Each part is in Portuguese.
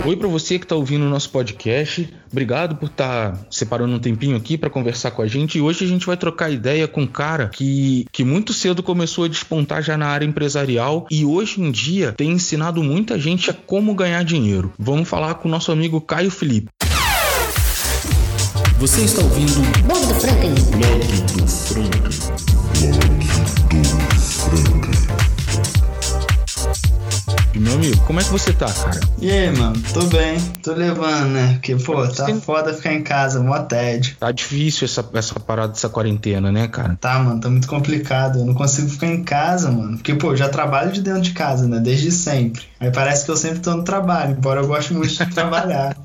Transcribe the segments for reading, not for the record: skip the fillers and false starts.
Oi para você que está ouvindo o nosso podcast, obrigado por estar separando um tempinho aqui para conversar com a gente. E hoje a gente vai trocar ideia com um cara que muito cedo começou a despontar já na área empresarial e hoje em dia tem ensinado muita gente a como ganhar dinheiro. Vamos falar com o nosso amigo Caio Felipe. Você está ouvindo Blog do Franklin. Blog do Franklin. Meu amigo, como é que você tá, cara? E aí, mano? Tô bem, tô levando, né? Porque, pô, tá foda ficar em casa, mó tédio. Tá difícil essa parada dessa quarentena, né, cara? Tá, mano, tá muito complicado. Eu não consigo ficar em casa, mano. Porque, pô, eu já trabalho de dentro de casa, né? Desde sempre. Aí parece que eu sempre tô no trabalho, embora eu goste muito de trabalhar.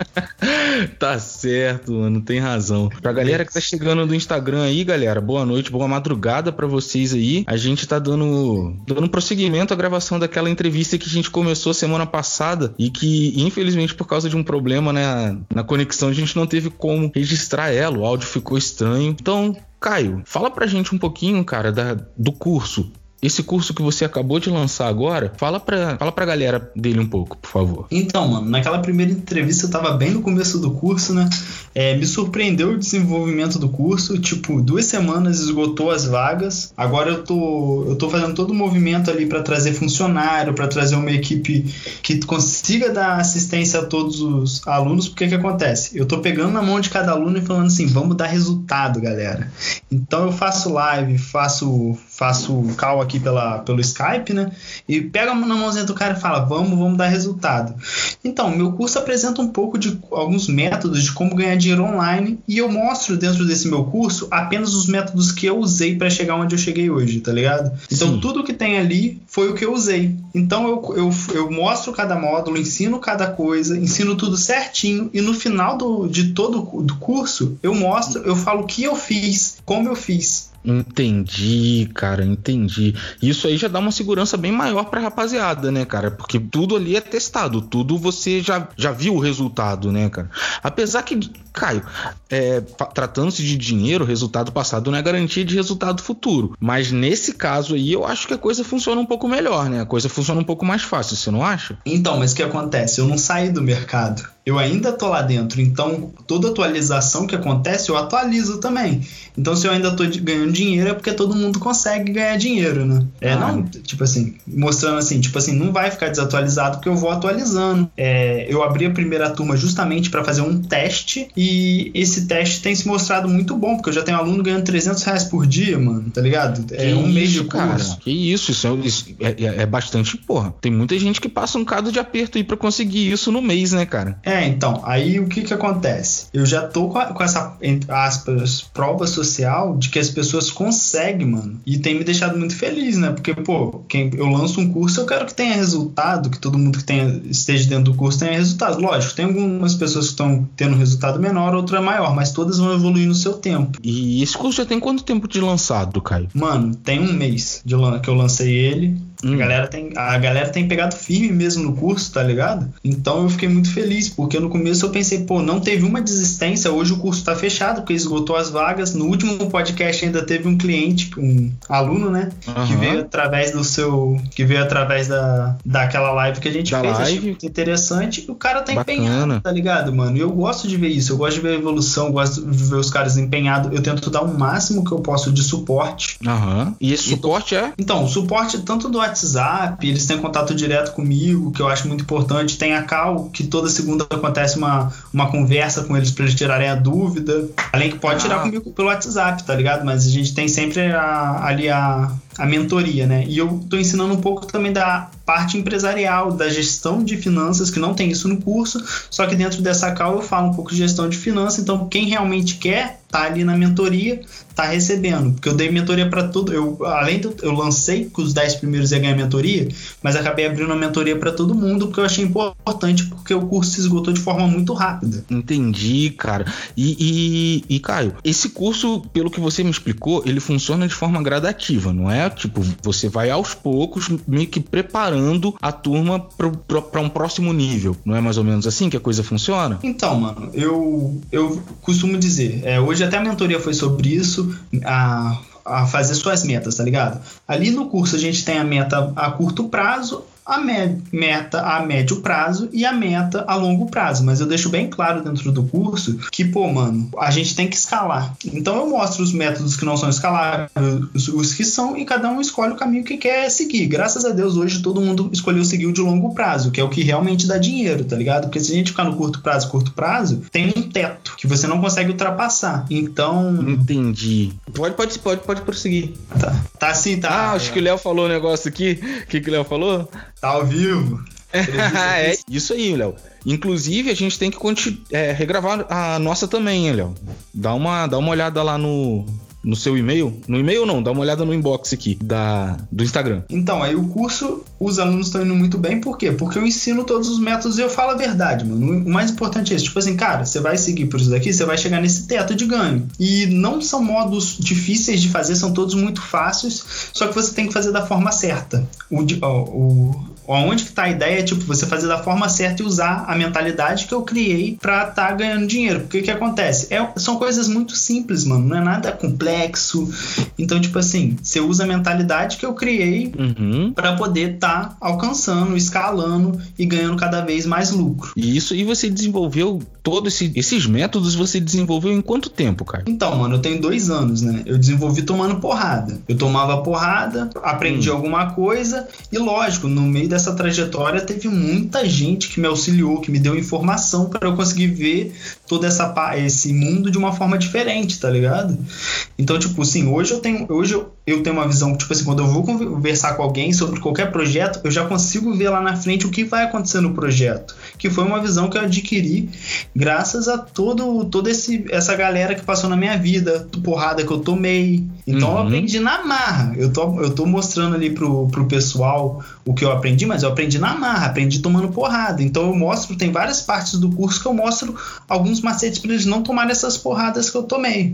Tá certo, mano, tem razão. Pra galera que tá chegando do Instagram aí, galera, boa noite, boa madrugada pra vocês aí. A gente tá dando prosseguimento à gravação daquela entrevista que a gente começou semana passada e que, infelizmente, por causa de um problema, né, na conexão, a gente não teve como registrar ela, o áudio ficou estranho. Então, Caio, fala pra gente um pouquinho, cara, do curso. Esse curso que você acabou de lançar agora, fala pra galera dele um pouco, por favor. Então, mano, naquela primeira entrevista eu tava bem no começo do curso, né? Me surpreendeu o desenvolvimento do curso. Tipo, 2 semanas esgotou as vagas. Agora eu tô fazendo todo o movimento ali pra trazer funcionário, pra trazer uma equipe que consiga dar assistência a todos os alunos. Porque que acontece? Eu tô pegando na mão de cada aluno e falando assim, vamos dar resultado, galera. Então eu faço live, faço call aqui pelo Skype, né? E pega na mãozinha do cara e fala, vamos dar resultado. Então, meu curso apresenta um pouco de alguns métodos de como ganhar dinheiro online e eu mostro dentro desse meu curso apenas os métodos que eu usei para chegar onde eu cheguei hoje, tá ligado? Então, Sim. Tudo que tem ali foi o que eu usei. Então, eu mostro cada módulo, ensino cada coisa, ensino tudo certinho e no final de todo o curso, eu falo o que eu fiz, como eu fiz. Entendi, cara, entendi. Isso aí já dá uma segurança bem maior pra rapaziada, né, cara? Porque tudo ali é testado, tudo você já viu o resultado, né, cara? Apesar que, Caio, tratando-se de dinheiro, resultado passado não é garantia de resultado futuro. Mas nesse caso aí, eu acho que a coisa funciona um pouco melhor, né? A coisa funciona um pouco mais fácil, você não acha? Então, mas o que acontece? Eu não saí do mercado. Eu ainda tô lá dentro, então toda atualização que acontece eu atualizo também. Então se eu ainda tô ganhando dinheiro é porque todo mundo consegue ganhar dinheiro, né? Não, tipo assim, mostrando assim, tipo assim, não vai ficar desatualizado porque eu vou atualizando. Eu abri a primeira turma justamente para fazer um teste e esse teste tem se mostrado muito bom, porque eu já tenho aluno ganhando R$300 por dia, mano, tá ligado? Mês de curso. Cara, que isso é bastante, porra. Tem muita gente que passa um bocado de aperto aí pra conseguir isso no mês, né, cara? Então, aí o que acontece? Eu já tô com essa, entre aspas, prova social de que as pessoas conseguem, mano. E tem me deixado muito feliz, né? Porque, pô, eu lanço um curso, eu quero que tenha resultado, que todo mundo que esteja dentro do curso tenha resultado. Lógico, tem algumas pessoas que estão tendo um resultado menor, outra maior, mas todas vão evoluir no seu tempo. E esse curso já tem quanto tempo de lançado, Caio? Mano, tem 1 mês que eu lancei ele. A galera tem pegado firme mesmo no curso, tá ligado? Então eu fiquei muito feliz, porque no começo eu pensei, pô, não teve uma desistência, hoje o curso tá fechado, porque esgotou as vagas. No último podcast ainda teve um cliente, um aluno, né? Uhum. Que veio através daquela live que a gente fez. Live. Achei muito interessante. E o cara tá Bacana. empenhado, tá ligado, mano? E eu gosto de ver isso, eu gosto de ver a evolução, eu gosto de ver os caras empenhados. Eu tento dar o máximo que eu posso de suporte. Aham. E esse suporte é? Então, o suporte tanto do WhatsApp, eles têm contato direto comigo, que eu acho muito importante. Tem a call, que toda segunda acontece uma conversa com eles pra eles tirarem a dúvida. Além que pode tirar comigo pelo WhatsApp, tá ligado? Mas a gente tem sempre ali a mentoria, né? E eu tô ensinando um pouco também da parte empresarial, da gestão de finanças, que não tem isso no curso, só que dentro dessa call eu falo um pouco de gestão de finanças. Então quem realmente quer tá ali na mentoria, tá recebendo, porque eu dei mentoria para tudo. Eu lancei que os 10 primeiros ia ganhar mentoria, mas acabei abrindo a mentoria para todo mundo, porque eu achei importante, porque o curso se esgotou de forma muito rápida. Entendi, cara. E Caio, esse curso, pelo que você me explicou, ele funciona de forma gradativa, não é? Tipo, você vai aos poucos meio que preparando a turma para um próximo nível, não é mais ou menos assim que a coisa funciona? Então, mano, eu costumo dizer, hoje até a mentoria foi sobre isso, a fazer suas metas, tá ligado? Ali no curso a gente tem a meta a curto prazo, a meta a médio prazo e a meta a longo prazo. Mas eu deixo bem claro dentro do curso que, pô, mano, a gente tem que escalar. Então eu mostro os métodos que não são escaláveis, os que são, e cada um escolhe o caminho que quer seguir. Graças a Deus, hoje todo mundo escolheu seguir o de longo prazo, que é o que realmente dá dinheiro, tá ligado? Porque se a gente ficar no curto prazo, tem um teto que você não consegue ultrapassar. Então... Entendi. Pode prosseguir. Tá assim, tá. Ah, acho que o Léo falou um negócio aqui. O que o Léo falou? Tá ao vivo. É isso aí, Léo. Inclusive, a gente tem que regravar a nossa também, hein, Léo? Dá uma olhada lá no seu e-mail. No e-mail não, dá uma olhada no inbox aqui do Instagram. Então, aí o curso, os alunos estão indo muito bem, por quê? Porque eu ensino todos os métodos e eu falo a verdade, mano. O mais importante é isso, tipo assim, cara, você vai seguir por isso daqui, você vai chegar nesse teto de ganho. E não são modos difíceis de fazer, são todos muito fáceis, só que você tem que fazer da forma certa. Onde que tá a ideia é, tipo, você fazer da forma certa e usar a mentalidade que eu criei pra tá ganhando dinheiro. Porque o que acontece? São coisas muito simples, mano, não é nada complexo. Então, tipo assim, você usa a mentalidade que eu criei pra poder tá alcançando, escalando e ganhando cada vez mais lucro. E você desenvolveu todos esses métodos, você desenvolveu em quanto tempo, cara? Então, mano, eu tenho 2 anos, né? Eu desenvolvi tomando porrada. Eu tomava porrada, aprendi alguma coisa e, lógico, no meio dessa trajetória teve muita gente que me auxiliou, que me deu informação para eu conseguir ver todo esse mundo de uma forma diferente, tá ligado? Então, tipo assim, hoje eu tenho uma visão, tipo assim, quando eu vou conversar com alguém sobre qualquer projeto, eu já consigo ver lá na frente o que vai acontecer no projeto, que foi uma visão que eu adquiri graças a toda essa galera que passou na minha vida, porrada que eu tomei. Então eu aprendi na marra. Eu tô mostrando ali pro pessoal o que eu aprendi, mas eu aprendi na marra, aprendi tomando porrada. Então eu mostro, tem várias partes do curso que eu mostro alguns macetes para eles não tomarem essas porradas que eu tomei.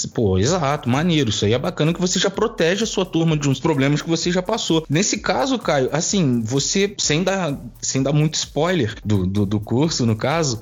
Exato, maneiro. Isso aí é bacana, que você já protege a sua turma de uns problemas que você já passou. Nesse caso, Caio, assim, você, sem dar muito spoiler do curso, no caso,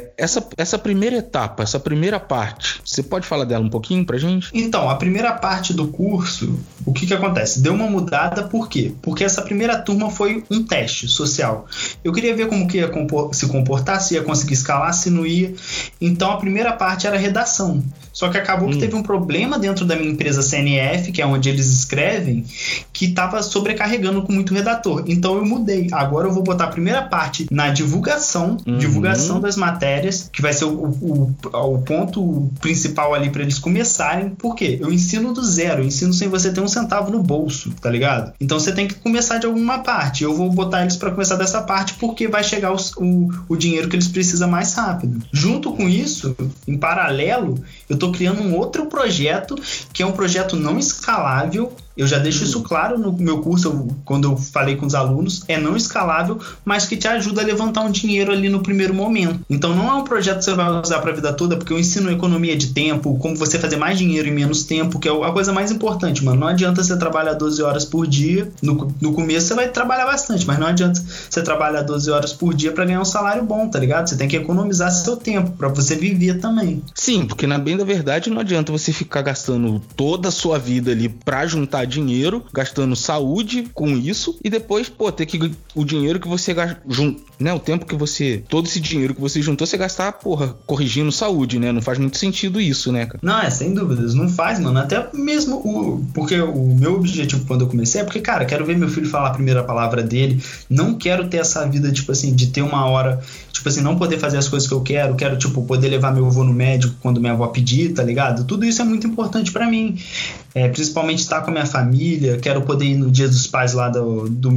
essa primeira etapa, essa primeira parte, você pode falar dela um pouquinho pra gente? Então, a primeira parte do curso, o que acontece? Deu uma mudada, por quê? Porque essa primeira turma foi um teste social. Eu queria ver como que ia se comportar, se ia conseguir escalar, se não ia. Então, a primeira parte era redação. Só que acabou que teve um problema dentro da minha empresa CNF, que é onde eles escrevem, que estava sobrecarregando com muito redator. Então eu mudei. Agora eu vou botar a primeira parte na divulgação das matérias, que vai ser o ponto principal ali para eles começarem. Por quê? Eu ensino do zero, eu ensino sem você ter um centavo no bolso, tá ligado? Então você tem que começar de alguma parte. Eu vou botar eles para começar dessa parte porque vai chegar o dinheiro que eles precisam mais rápido. Junto com isso, em paralelo, eu tô criando um outro projeto, que é um projeto não escalável. Eu já deixo isso claro no meu curso, quando eu falei com os alunos, é não escalável, mas que te ajuda a levantar um dinheiro ali no primeiro momento. Então não é um projeto que você vai usar para a vida toda, porque eu ensino economia de tempo, como você fazer mais dinheiro em menos tempo, que é a coisa mais importante, mano. Não adianta você trabalhar 12 horas por dia, no começo você vai trabalhar bastante, mas não adianta você trabalhar 12 horas por dia para ganhar um salário bom, tá ligado? Você tem que economizar seu tempo para você viver também. Sim, porque na bem da verdade não adianta você ficar gastando toda a sua vida ali para juntar dinheiro, gastando saúde com isso, e depois, ter que o dinheiro que você né, o tempo que você, todo esse dinheiro que você juntou, você gastar, corrigindo saúde, né? Não faz muito sentido isso, né, cara? Não, sem dúvidas, não faz, mano. Até mesmo porque o meu objetivo quando eu comecei é porque, cara, quero ver meu filho falar a primeira palavra dele, não quero ter essa vida, tipo assim, de ter uma hora, tipo assim, não poder fazer as coisas que eu quero, tipo, poder levar meu avô no médico quando minha avó pedir, tá ligado? Tudo isso é muito importante pra mim. Principalmente estar com a minha família, quero poder ir no Dia dos Pais lá do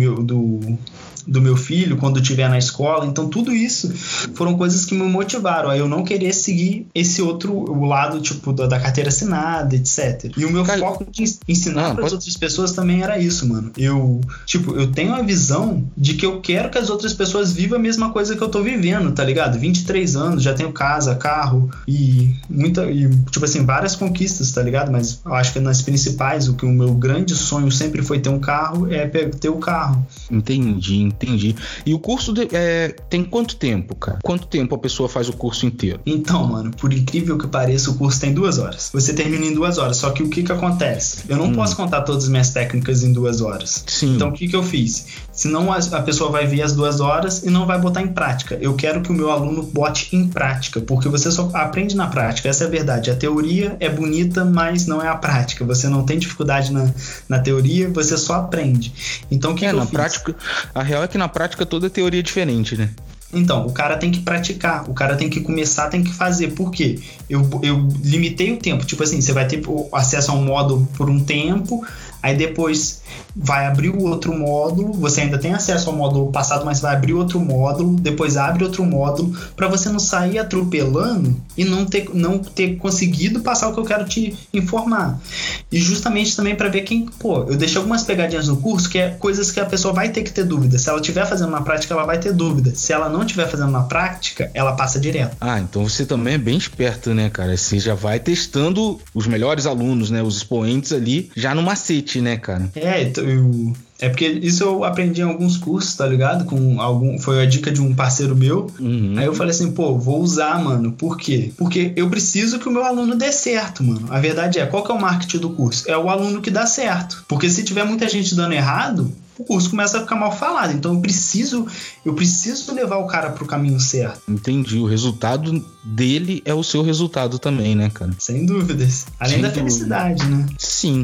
meu filho, quando estiver na escola. Então tudo isso foram coisas que me motivaram a eu não querer seguir esse o lado, tipo, da carteira assinada, etc. E o meu foco de ensinar para as outras pessoas também era isso, mano. Eu tenho a visão de que eu quero que as outras pessoas vivam a mesma coisa que eu tô vivendo, tá ligado? 23 anos, já tenho casa, carro e tipo assim, várias conquistas, tá ligado? Mas eu acho que nas principais, o meu grande sonho sempre foi ter um carro, ter o carro. Entendi. E o curso tem quanto tempo, cara? Quanto tempo a pessoa faz o curso inteiro? Então, mano, por incrível que pareça, o curso tem 2 horas. Você termina em 2 horas, só que o que acontece? Eu não posso contar todas as minhas técnicas em 2 horas. Sim. Então, o que eu fiz? Senão a pessoa vai ver as 2 horas e não vai botar em prática. Eu quero que o meu aluno bote em prática, porque você só aprende na prática, essa é a verdade. A teoria é bonita, mas não é a prática. Você não tem dificuldade na teoria, você só aprende. Então, o que eu na fiz? Prática, a real é que na prática toda teoria é diferente, né? Então, o cara tem que praticar, o cara tem que começar, tem que fazer. Por quê? Eu limitei o tempo. Tipo assim, você vai ter acesso a um módulo por um tempo, aí depois vai abrir o outro módulo, você ainda tem acesso ao módulo passado, mas vai abrir outro módulo, depois abre outro módulo, para você não sair atropelando e não ter conseguido passar o que eu quero te informar. E justamente também para ver quem... eu deixei algumas pegadinhas no curso, que é coisas que a pessoa vai ter que ter dúvida. Se ela estiver fazendo na prática, ela vai ter dúvida. Se ela não estiver fazendo na prática, ela passa direto. Então você também é bem esperto, né, cara? Você já vai testando os melhores alunos, né? Os expoentes ali, já no macete, né, cara? É porque isso eu aprendi em alguns cursos, tá ligado? Foi a dica de um parceiro meu. Uhum. Aí eu falei assim, vou usar, mano. Por quê? Porque eu preciso que o meu aluno dê certo, mano. A verdade é, qual que é o marketing do curso? É o aluno que dá certo. Porque se tiver muita gente dando errado, o curso começa a ficar mal falado. Então eu preciso levar o cara pro caminho certo. Entendi. O resultado dele é o seu resultado também, né, cara? Sem dúvidas. Além da felicidade, né? Sim.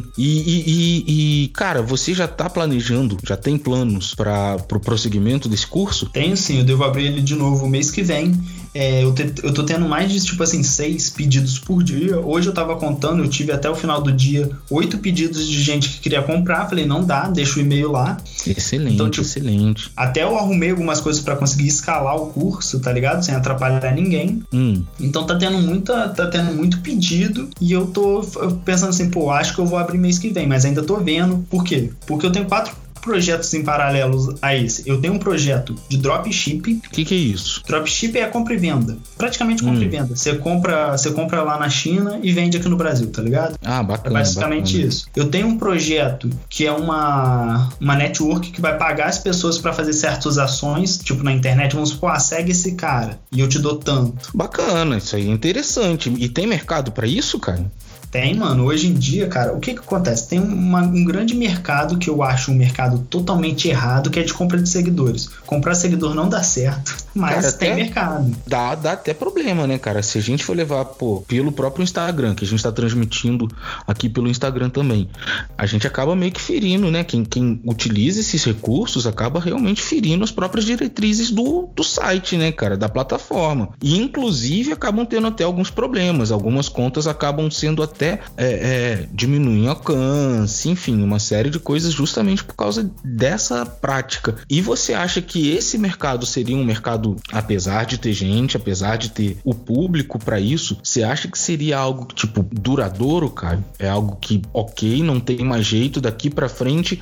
E cara, você já tá planejando, já tem planos pro prosseguimento desse curso? Tenho sim, eu devo abrir ele de novo mês que vem. Eu tô tendo mais de, 6 pedidos por dia. Hoje eu tava contando, eu tive até o final do dia 8 pedidos de gente que queria comprar. Falei, não dá, deixa o e-mail lá. Excelente, então, excelente. Até eu arrumei algumas coisas pra conseguir escalar o curso, tá ligado? Sem atrapalhar ninguém. Então tá tendo muito pedido. E eu tô pensando assim, acho que eu vou abrir mês que vem, mas ainda tô vendo. Por quê? Porque eu tenho 4 projetos em paralelos a esse. Eu tenho um projeto de dropship. O que é isso? Dropship é compra e venda. Praticamente compra e venda. Você compra lá na China e vende aqui no Brasil, tá ligado? Bacana. É basicamente isso. Eu tenho um projeto que é uma network que vai pagar as pessoas para fazer certas ações, tipo na internet, vamos supor, segue esse cara e eu te dou tanto. Bacana, isso aí é interessante. E tem mercado para isso, cara? Tem, mano. Hoje em dia, cara, o que acontece? Tem um grande mercado que eu acho um mercado totalmente errado, que é de compra de seguidores. Comprar seguidor não dá certo, mas cara, tem mercado. Dá até problema, né, cara? Se a gente for levar, pelo próprio Instagram, que a gente tá transmitindo aqui pelo Instagram também, a gente acaba meio que ferindo, né? Quem utiliza esses recursos acaba realmente ferindo as próprias diretrizes do site, né, cara? Da plataforma. E, inclusive, acabam tendo até alguns problemas. Algumas contas acabam sendo até diminuir o alcance, enfim, uma série de coisas justamente por causa dessa prática. E você acha que esse mercado seria um mercado, apesar de ter gente, apesar de ter o público para isso, você acha que seria algo tipo duradouro, cara? É algo que, não tem mais jeito, daqui para frente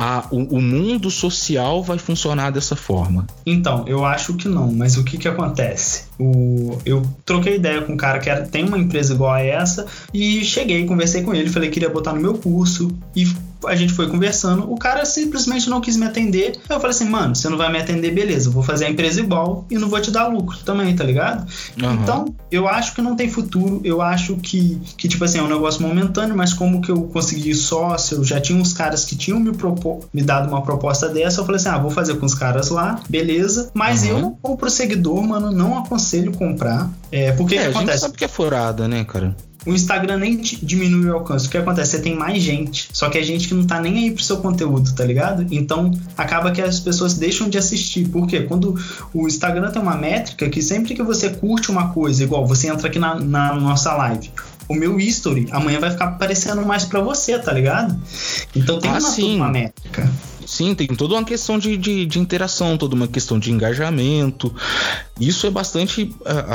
o mundo social vai funcionar dessa forma? Então, eu acho que não, mas o que acontece? Eu troquei ideia com um cara que tem uma empresa igual a essa e cheguei, conversei com ele, falei que queria botar no meu curso e a gente foi conversando, o cara simplesmente não quis me atender. Eu falei assim, mano, você não vai me atender, beleza, eu vou fazer a empresa igual e não vou te dar lucro também, tá ligado? Então, eu acho que não tem futuro, eu acho que é um negócio momentâneo, mas como que eu consegui sócio, já tinha uns caras que tinham me dado uma proposta dessa, eu falei assim, vou fazer com os caras lá, beleza, mas eu não compro seguidor, mano, não aconselho comprar, porque que acontece? A gente sabe que é furada, né, cara? O Instagram nem diminui o alcance. O que acontece? Você tem mais gente. Só que é gente que não tá nem aí pro seu conteúdo, tá ligado? Então, acaba que as pessoas deixam de assistir. Por quê? Quando o Instagram tem uma métrica que sempre que você curte uma coisa, igual você entra aqui na nossa live, o meu history amanhã vai ficar aparecendo mais pra você, tá ligado? Então tem uma métrica. Sim, tem toda uma questão de interação, toda uma questão de engajamento. Isso é bastante...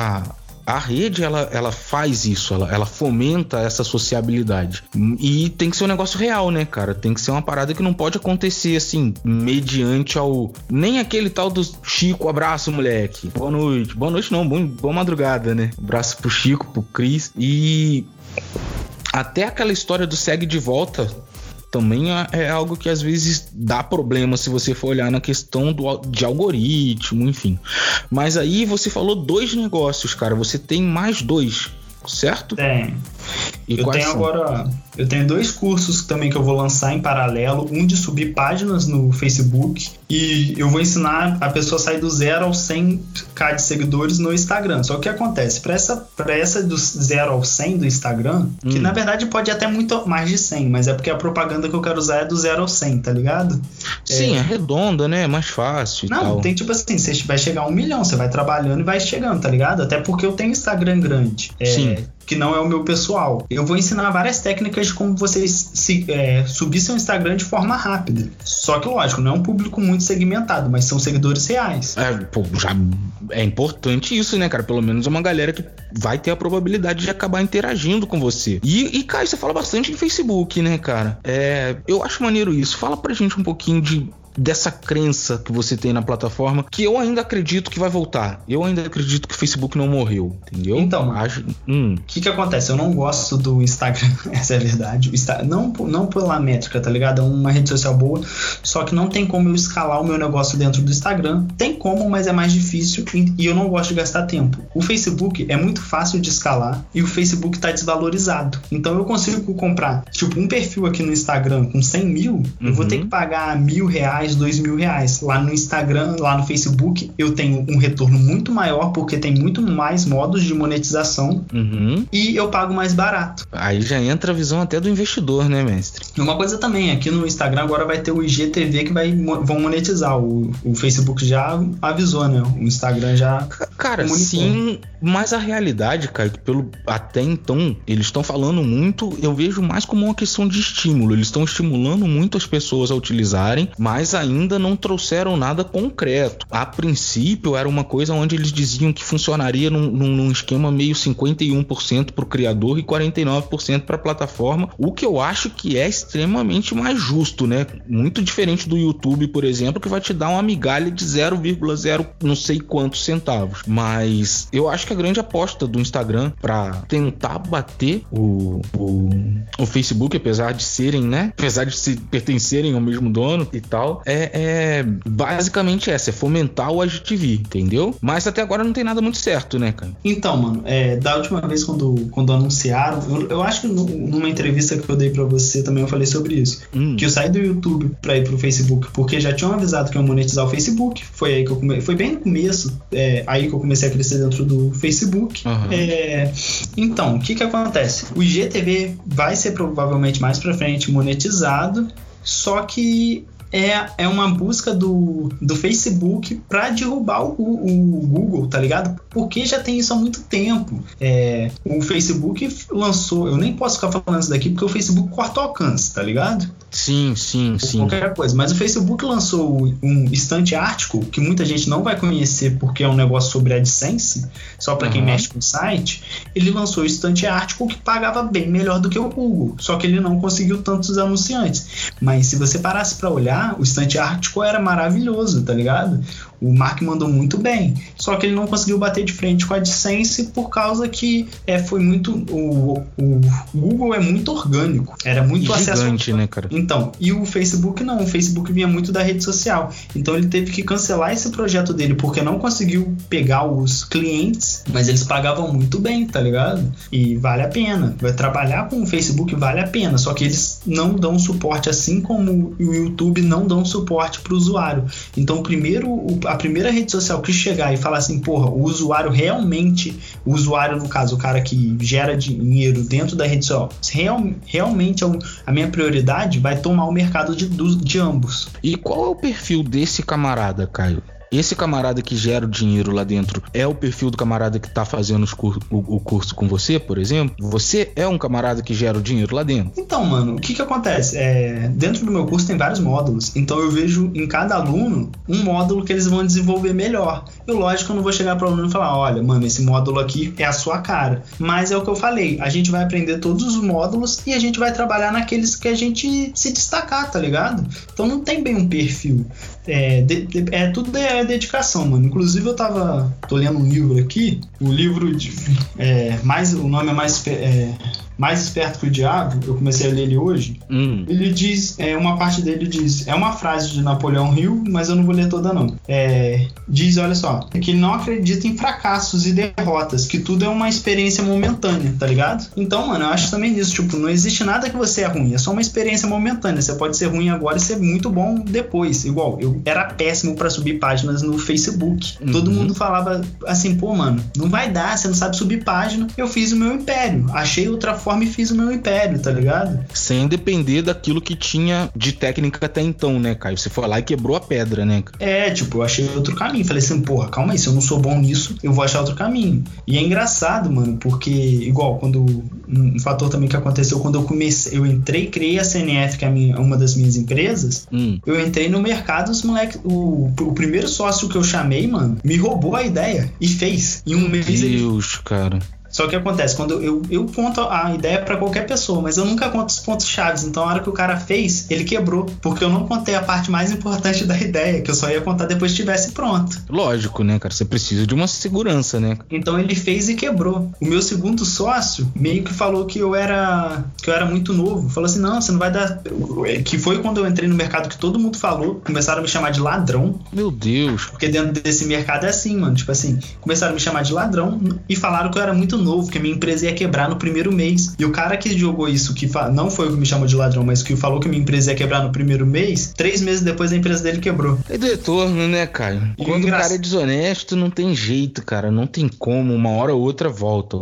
A rede, ela faz isso, ela fomenta essa sociabilidade. E tem que ser um negócio real, né, cara? Tem que ser uma parada que não pode acontecer, assim, mediante nem aquele tal do Chico, abraço, moleque. Boa noite. Boa noite não, boa madrugada, né? Abraço pro Chico, pro Cris. E até aquela história do segue de volta também é algo que às vezes dá problema se você for olhar na questão de algoritmo, enfim. Mas aí você falou 2 negócios, cara. Você tem mais 2, certo? Tem. E eu tenho 2 cursos também que eu vou lançar em paralelo, um de subir páginas no Facebook, e eu vou ensinar a pessoa a sair do 0 aos 100k de seguidores no Instagram. Só que o que acontece? Para essa do 0 ao 100 do Instagram, que na verdade pode ir até muito mais de 100, mas é porque a propaganda que eu quero usar é do 0 ao 100, tá ligado? Sim, é redonda, né? É mais fácil. Não, tal. tem tipo assim, você vai chegar a 1 milhão, você vai trabalhando e vai chegando, tá ligado? Até porque eu tenho Instagram grande. Sim. Que não é o meu pessoal. Eu vou ensinar várias técnicas de como vocês subir seu Instagram de forma rápida. Só que, lógico, não é um público muito segmentado, mas são seguidores reais. Já é importante isso, né, cara? Pelo menos é uma galera que vai ter a probabilidade de acabar interagindo com você. E Caio, você fala bastante em Facebook, né, cara? Eu acho maneiro isso. Fala pra gente um pouquinho dessa crença que você tem na plataforma, que eu ainda acredito que vai voltar. Eu ainda acredito que o Facebook não morreu, entendeu? Então, o que acontece? Eu não gosto do Instagram, essa é a verdade. Não pela métrica, tá ligado? É uma rede social boa, só que não tem como eu escalar o meu negócio dentro do Instagram. Tem como, mas é mais difícil e eu não gosto de gastar tempo. O Facebook é muito fácil de escalar e o Facebook tá desvalorizado. Então eu consigo comprar, tipo, um perfil aqui no Instagram com 100 mil, eu vou ter que pagar R$1.000, R$2.000. Lá no Instagram, lá no Facebook, eu tenho um retorno muito maior porque tem muito mais modos de monetização e eu pago mais barato. Aí já entra a visão até do investidor, né, mestre? E uma coisa também, aqui no Instagram agora vai ter o IGTV que vão monetizar. O Facebook já avisou, né? O Instagram já Cara, comunicou. Sim, mas a realidade, cara, que até então eles estão falando muito, eu vejo mais como uma questão de estímulo. Eles estão estimulando muito as pessoas a utilizarem, mas ainda não trouxeram nada concreto. A princípio era uma coisa onde eles diziam que funcionaria num esquema meio 51% para o criador e 49% para a plataforma, o que eu acho que é extremamente mais justo, né? Muito diferente do YouTube, por exemplo, que vai te dar uma migalha de 0,0 não sei quantos centavos. Mas eu acho que a grande aposta do Instagram para tentar bater o Facebook, apesar de serem, né? Apesar de se pertencerem ao mesmo dono e tal, é basicamente essa, é fomentar o IGTV, entendeu? Mas até agora não tem nada muito certo, né, cara? Então, mano, da última vez quando anunciaram, eu acho que numa entrevista que eu dei pra você também eu falei sobre isso, que eu saí do YouTube pra ir pro Facebook, porque já tinham avisado que eu ia monetizar o Facebook, foi aí que eu foi bem no começo, aí que eu comecei a crescer dentro do Facebook. Então, o que acontece? O IGTV vai ser provavelmente mais pra frente monetizado, só que é uma busca do Facebook pra derrubar o Google, tá ligado? Porque já tem isso há muito tempo. O Facebook lançou... Eu nem posso ficar falando isso daqui porque o Facebook corta o alcance, tá ligado? Sim. Qualquer coisa. Mas o Facebook lançou um Instant Article, que muita gente não vai conhecer porque é um negócio sobre AdSense, só pra quem mexe com o site. Ele lançou o Instant Article que pagava bem melhor do que o Google, só que ele não conseguiu tantos anunciantes. Mas se você parasse pra olhar, o Instant Article era maravilhoso, tá ligado? O Mark mandou muito bem, só que ele não conseguiu bater de frente com a AdSense por causa que foi muito... O Google é muito orgânico, era muito gigante, acesso... né, cara? Então, e o Facebook não, o Facebook vinha muito da rede social, então ele teve que cancelar esse projeto dele porque não conseguiu pegar os clientes, mas eles pagavam muito bem, tá ligado? E vale a pena, vai trabalhar com o Facebook vale a pena, só que eles não dão suporte, assim como o YouTube não dão suporte pro usuário. Então a primeira rede social que chegar e falar assim, porra, o usuário realmente, o usuário no caso, o cara que gera dinheiro dentro da rede social, realmente a minha prioridade, vai tomar o mercado de ambos. E qual é o perfil desse camarada, Caio? Esse camarada que gera o dinheiro lá dentro é o perfil do camarada que tá fazendo o curso com você, por exemplo? Você é um camarada que gera o dinheiro lá dentro? Então, mano, o que acontece? Dentro do meu curso tem vários módulos, então eu vejo em cada aluno um módulo que eles vão desenvolver melhor. Eu, lógico, eu não vou chegar pro aluno e falar, olha, mano, esse módulo aqui é a sua cara. Mas é o que eu falei, a gente vai aprender todos os módulos e a gente vai trabalhar naqueles que a gente se destacar, tá ligado? Então não tem bem um perfil. Tudo é dedicação, mano. Inclusive eu tô lendo um livro aqui, o livro o nome é mais Mais Esperto que o Diabo, eu comecei a ler ele hoje. Ele diz, uma parte dele diz, é uma frase de Napoleão Hill, mas eu não vou ler toda não. Diz, olha só, que ele não acredita em fracassos e derrotas, que tudo é uma experiência momentânea, tá ligado? Então, mano, eu acho também nisso, tipo, não existe nada que você é ruim, é só uma experiência momentânea. Você pode ser ruim agora e ser muito bom depois. Igual, eu era péssimo pra subir páginas no Facebook. Todo mundo falava assim, pô, mano, não vai dar, você não sabe subir página. Eu fiz o meu império, achei outra forma e fiz o meu império, tá ligado? Sem depender daquilo que tinha de técnica até então, né, Caio? Você foi lá e quebrou a pedra, né? Tipo, eu achei outro caminho. Falei assim, porra, calma aí, se eu não sou bom nisso, eu vou achar outro caminho. E é engraçado, mano, porque, igual, um fator também que aconteceu quando eu entrei, criei a CNF, que é uma das minhas empresas, eu entrei no mercado, os moleques, o primeiro sócio que eu chamei, mano, me roubou a ideia e fez. Em um mês. Meu Deus, cara. Só que acontece, quando eu conto a ideia pra qualquer pessoa, mas eu nunca conto os pontos chaves. Então a hora que o cara fez, ele quebrou. Porque eu não contei a parte mais importante da ideia, que eu só ia contar depois que estivesse pronto. Lógico, né, cara? Você precisa de uma segurança, né? Então ele fez e quebrou. O meu segundo sócio meio que falou que eu era muito novo. Falou assim, não, você não vai dar... Que foi quando eu entrei no mercado que todo mundo falou. Começaram a me chamar de ladrão. Meu Deus. Porque dentro desse mercado é assim, mano. Tipo assim, começaram a me chamar de ladrão e falaram que eu era muito novo, que a minha empresa ia quebrar no primeiro mês. E o cara que jogou isso, que não foi o que me chamou de ladrão, mas que falou que a minha empresa ia quebrar no primeiro mês, 3 meses depois a empresa dele quebrou. É do retorno, né, Caio? Quando o cara é desonesto, não tem jeito, cara. Não tem como. Uma hora ou outra volta.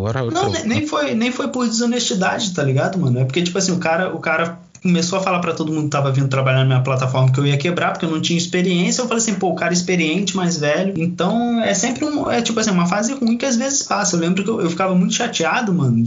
Nem foi por desonestidade, tá ligado, mano? É porque, tipo assim, o cara começou a falar pra todo mundo que tava vindo trabalhar na minha plataforma que eu ia quebrar, porque eu não tinha experiência. Eu falei assim, pô, o cara é experiente, mais velho. Então, é sempre tipo assim, uma fase ruim que às vezes passa. Eu lembro que eu ficava muito chateado, mano,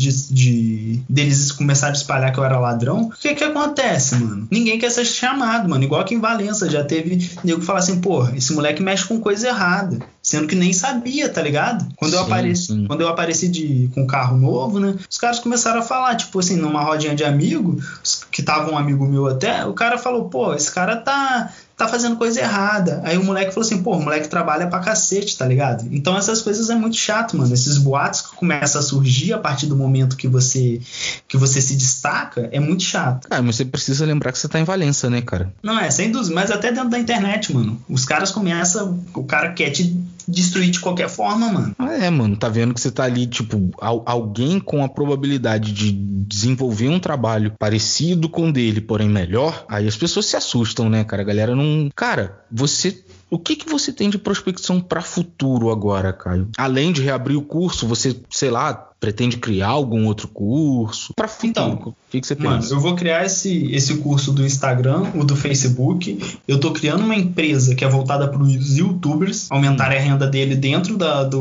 deles começarem a espalhar que eu era ladrão. O que acontece, mano? Ninguém quer ser chamado, mano. Igual aqui em Valença, já teve nego que fala assim, pô, esse moleque mexe com coisa errada. Sendo que nem sabia, tá ligado? Quando eu apareci com um carro novo, né? Os caras começaram a falar, tipo assim, numa rodinha de amigo, que tava um amigo meu até, o cara falou, pô, esse cara tá fazendo coisa errada. Aí o moleque falou assim, pô, o moleque trabalha pra cacete, tá ligado? Então essas coisas é muito chato, mano. Esses boatos que começam a surgir a partir do momento que você se destaca, é muito chato. Ah, mas você precisa lembrar que você tá em Valença, né, cara? Não, sem dúvida, mas até dentro da internet, mano. Os caras começam, o cara quer te destruir de qualquer forma, mano. Mano, tá vendo que você tá ali, tipo, alguém com a probabilidade de desenvolver um trabalho parecido com o dele, porém melhor, aí as pessoas se assustam, né, cara? A galera não... Cara, o que você tem de prospecção para futuro agora, Caio? Além de reabrir o curso, você, sei lá, pretende criar algum outro curso? Para futuro, então, o que você pensa? Mano, eu vou criar esse curso do Instagram, o do Facebook. Eu tô criando uma empresa que é voltada para os YouTubers, aumentar a renda dele dentro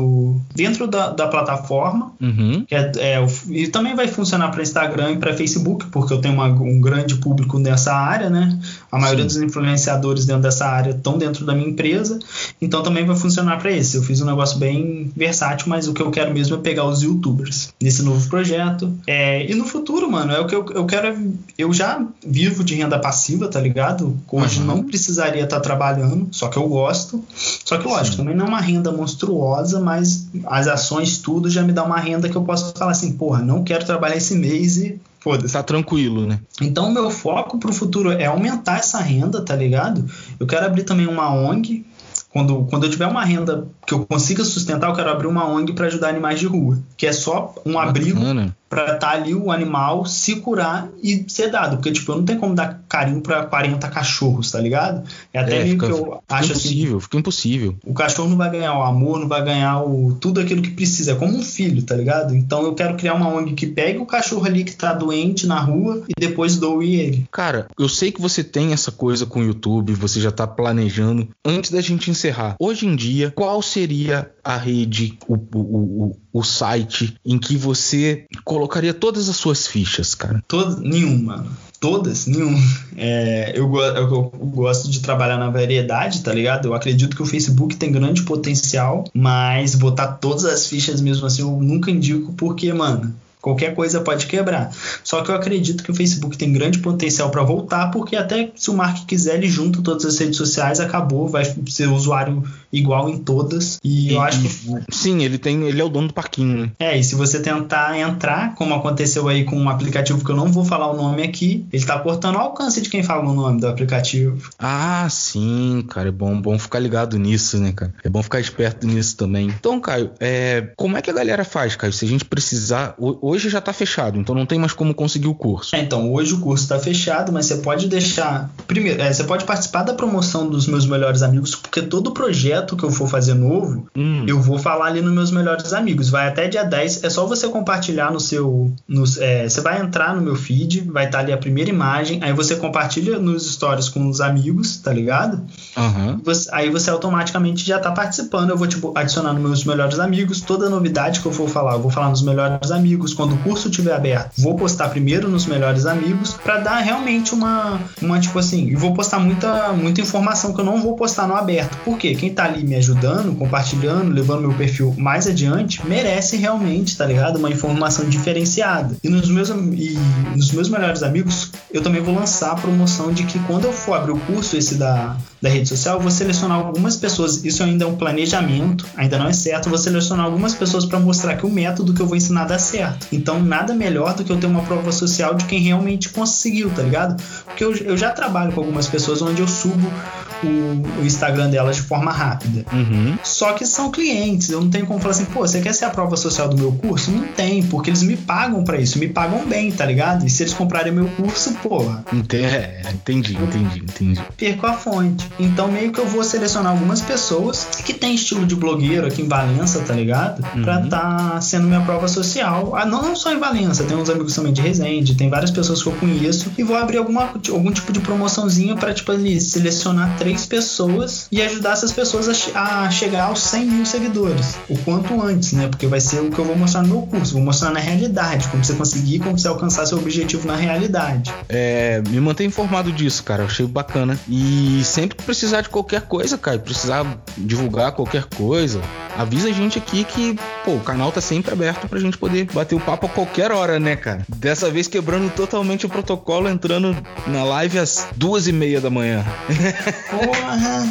da plataforma. E também vai funcionar para Instagram e para Facebook, porque eu tenho um grande público nessa área, né? A maioria dos influenciadores dentro dessa área estão dentro da minha empresa, então também vai funcionar para esse. Eu fiz um negócio bem versátil, mas o que eu quero mesmo é pegar os YouTubers nesse novo projeto. E no futuro, mano, é o que eu quero. Eu já vivo de renda passiva, tá ligado? Hoje não precisaria estar trabalhando, só que eu gosto. Só que, lógico, também não é uma renda monstruosa, mas as ações, tudo já me dá uma renda que eu posso falar assim, porra, não quero trabalhar esse mês e foda-se. Tá tranquilo, né? Então, o meu foco pro futuro é aumentar essa renda, tá ligado? Eu quero abrir também uma ONG. Quando eu tiver uma renda que eu consiga sustentar, eu quero abrir uma ONG para ajudar animais de rua. Que é só um abrigo para estar ali o animal se curar e ser dado. Porque, tipo, eu não tenho como dar carinho para 40 cachorros, tá ligado? É até meio que eu acho assim... Fica impossível. O cachorro não vai ganhar o amor, não vai ganhar tudo aquilo que precisa. É como um filho, tá ligado? Então eu quero criar uma ONG que pegue o cachorro ali que tá doente na rua e depois doe ele. Cara, eu sei que você tem essa coisa com o YouTube, você já tá planejando. Antes da gente encerrar, hoje em dia, qual seria a rede, o site em que você colocaria todas as suas fichas, cara? Nenhum, mano. Todas? Nenhum. Eu gosto de trabalhar na variedade, tá ligado? Eu acredito que o Facebook tem grande potencial, mas botar todas as fichas mesmo assim eu nunca indico porque, mano, Qualquer coisa pode quebrar. Só que eu acredito que o Facebook tem grande potencial para voltar, porque até se o Mark quiser, ele junta todas as redes sociais, acabou, vai ser usuário igual em todas. E eu acho que... Sim, ele é o dono do parquinho, né? E se você tentar entrar, como aconteceu aí com um aplicativo que eu não vou falar o nome aqui, ele tá cortando o alcance de quem fala o nome do aplicativo. Ah, sim, cara, é bom ficar ligado nisso, né, cara? É bom ficar esperto nisso também. Então, Caio, como é que a galera faz, Caio? Se a gente precisar... Hoje já tá fechado, então não tem mais como conseguir o curso. Então, hoje o curso tá fechado, mas você pode deixar... Primeiro, você pode participar da promoção dos meus melhores amigos, porque todo projeto que eu for fazer novo, eu vou falar ali nos meus melhores amigos. Vai até dia 10, é só você compartilhar no seu... você vai entrar no meu feed, vai estar ali a primeira imagem, aí você compartilha nos stories com os amigos, tá ligado? Aí você automaticamente já tá participando. Eu vou adicionar nos meus melhores amigos, toda novidade que eu for falar, eu vou falar nos melhores amigos. Quando o curso estiver aberto, vou postar primeiro nos melhores amigos pra dar realmente uma tipo assim, e vou postar muita informação que eu não vou postar no aberto. Por quê? Quem tá ali me ajudando, compartilhando, levando meu perfil mais adiante, merece realmente, tá ligado? Uma informação diferenciada. E nos meus melhores amigos, eu também vou lançar a promoção de que quando eu for abrir o curso esse da rede social, eu vou selecionar algumas pessoas, isso ainda é um planejamento, ainda não é certo, eu vou selecionar algumas pessoas para mostrar que o método que eu vou ensinar dá certo. Então nada melhor do que eu ter uma prova social de quem realmente conseguiu, tá ligado? Porque eu já trabalho com algumas pessoas onde eu subo o Instagram delas de forma rápida. Só que são clientes, eu não tenho como falar assim, pô, você quer ser a prova social do meu curso? Não tem, porque eles me pagam pra isso, me pagam bem, tá ligado? E se eles comprarem meu curso, porra... Entendi. Perco a fonte. Então meio que eu vou selecionar algumas pessoas que tem estilo de blogueiro aqui em Valença, tá ligado? Pra tá sendo minha prova social. Não só em Valença, tem uns amigos também de Resende, tem várias pessoas que eu conheço, e vou abrir algum tipo de promoçãozinha pra, tipo, ali, selecionar 3 pessoas e ajudar essas pessoas a chegar aos 100 mil seguidores, o quanto antes, né? Porque vai ser o que eu vou mostrar no meu curso, vou mostrar na realidade, como você alcançar seu objetivo na realidade. Me mantém informado disso, cara, eu achei bacana. E sempre que precisar de qualquer coisa, cara, precisar divulgar qualquer coisa, avisa a gente aqui que, pô, o canal tá sempre aberto pra gente poder bater o papo a qualquer hora, né, cara? Dessa vez quebrando totalmente o protocolo, entrando na live às 2:30 da manhã. Porra!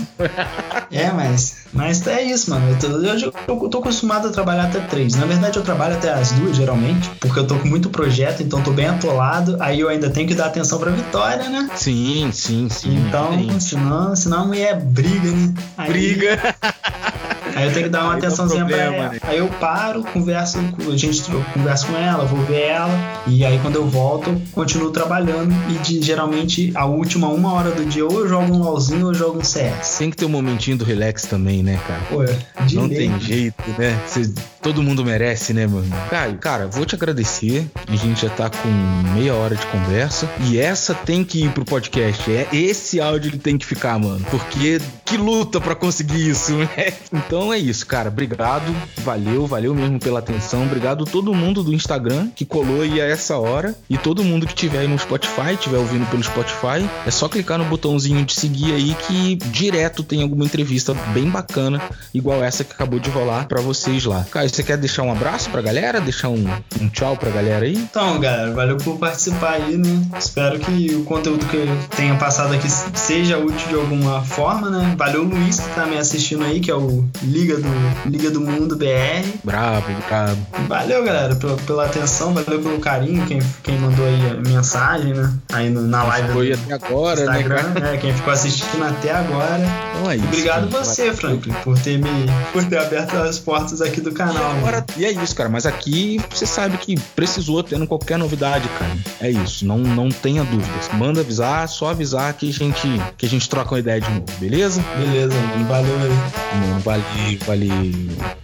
Mas é isso, mano. Eu tô acostumado a trabalhar até 3. Na verdade, eu trabalho até as 2, geralmente, porque eu tô com muito projeto, então tô bem atolado. Aí eu ainda tenho que dar atenção pra Vitória, né? Sim. Então, senão a mulher briga, né? Briga! Aí eu tenho que dar uma atençãozinha pra ela. Né? Aí eu paro, eu converso com ela, vou ver ela. E aí quando eu volto, eu continuo trabalhando. E geralmente a última 1 hora do dia, ou eu jogo um LOLzinho ou eu jogo um CS. Tem que ter um momentinho do relax também, né, cara? Pô, não tem jeito, né? Todo mundo merece, né, mano? Caio, cara, vou te agradecer. A gente já tá com meia hora de conversa. E essa tem que ir pro podcast. Esse áudio ele tem que ficar, mano. Porque que luta pra conseguir isso, né? Então é isso, cara. Obrigado. Valeu mesmo pela atenção. Obrigado a todo mundo do Instagram que colou aí a essa hora. E todo mundo que tiver aí no Spotify, estiver ouvindo pelo Spotify, é só clicar no botãozinho de seguir aí que direto tem alguma entrevista bem bacana, igual essa que acabou de rolar pra vocês lá. Caio, você quer deixar um abraço pra galera? Deixar um tchau pra galera aí? Então, galera, valeu por participar aí, né? Espero que o conteúdo que eu tenha passado aqui seja útil de alguma forma, né? Valeu o Luiz que tá me assistindo aí, que é o Liga do Mundo BR. Bravo. Valeu, galera, pela atenção, valeu pelo carinho, quem mandou aí a mensagem, né? Aí na live foi até agora, Instagram, né? Quem ficou assistindo até agora. Então é isso. Obrigado você, Franklin, por ter aberto as portas aqui do canal. E é isso, cara, mas aqui você sabe que precisou tendo qualquer novidade, cara. É isso, não tenha dúvidas. Manda avisar, só avisar que a gente troca uma ideia de novo, beleza? Beleza, mano. Valeu aí. Valeu.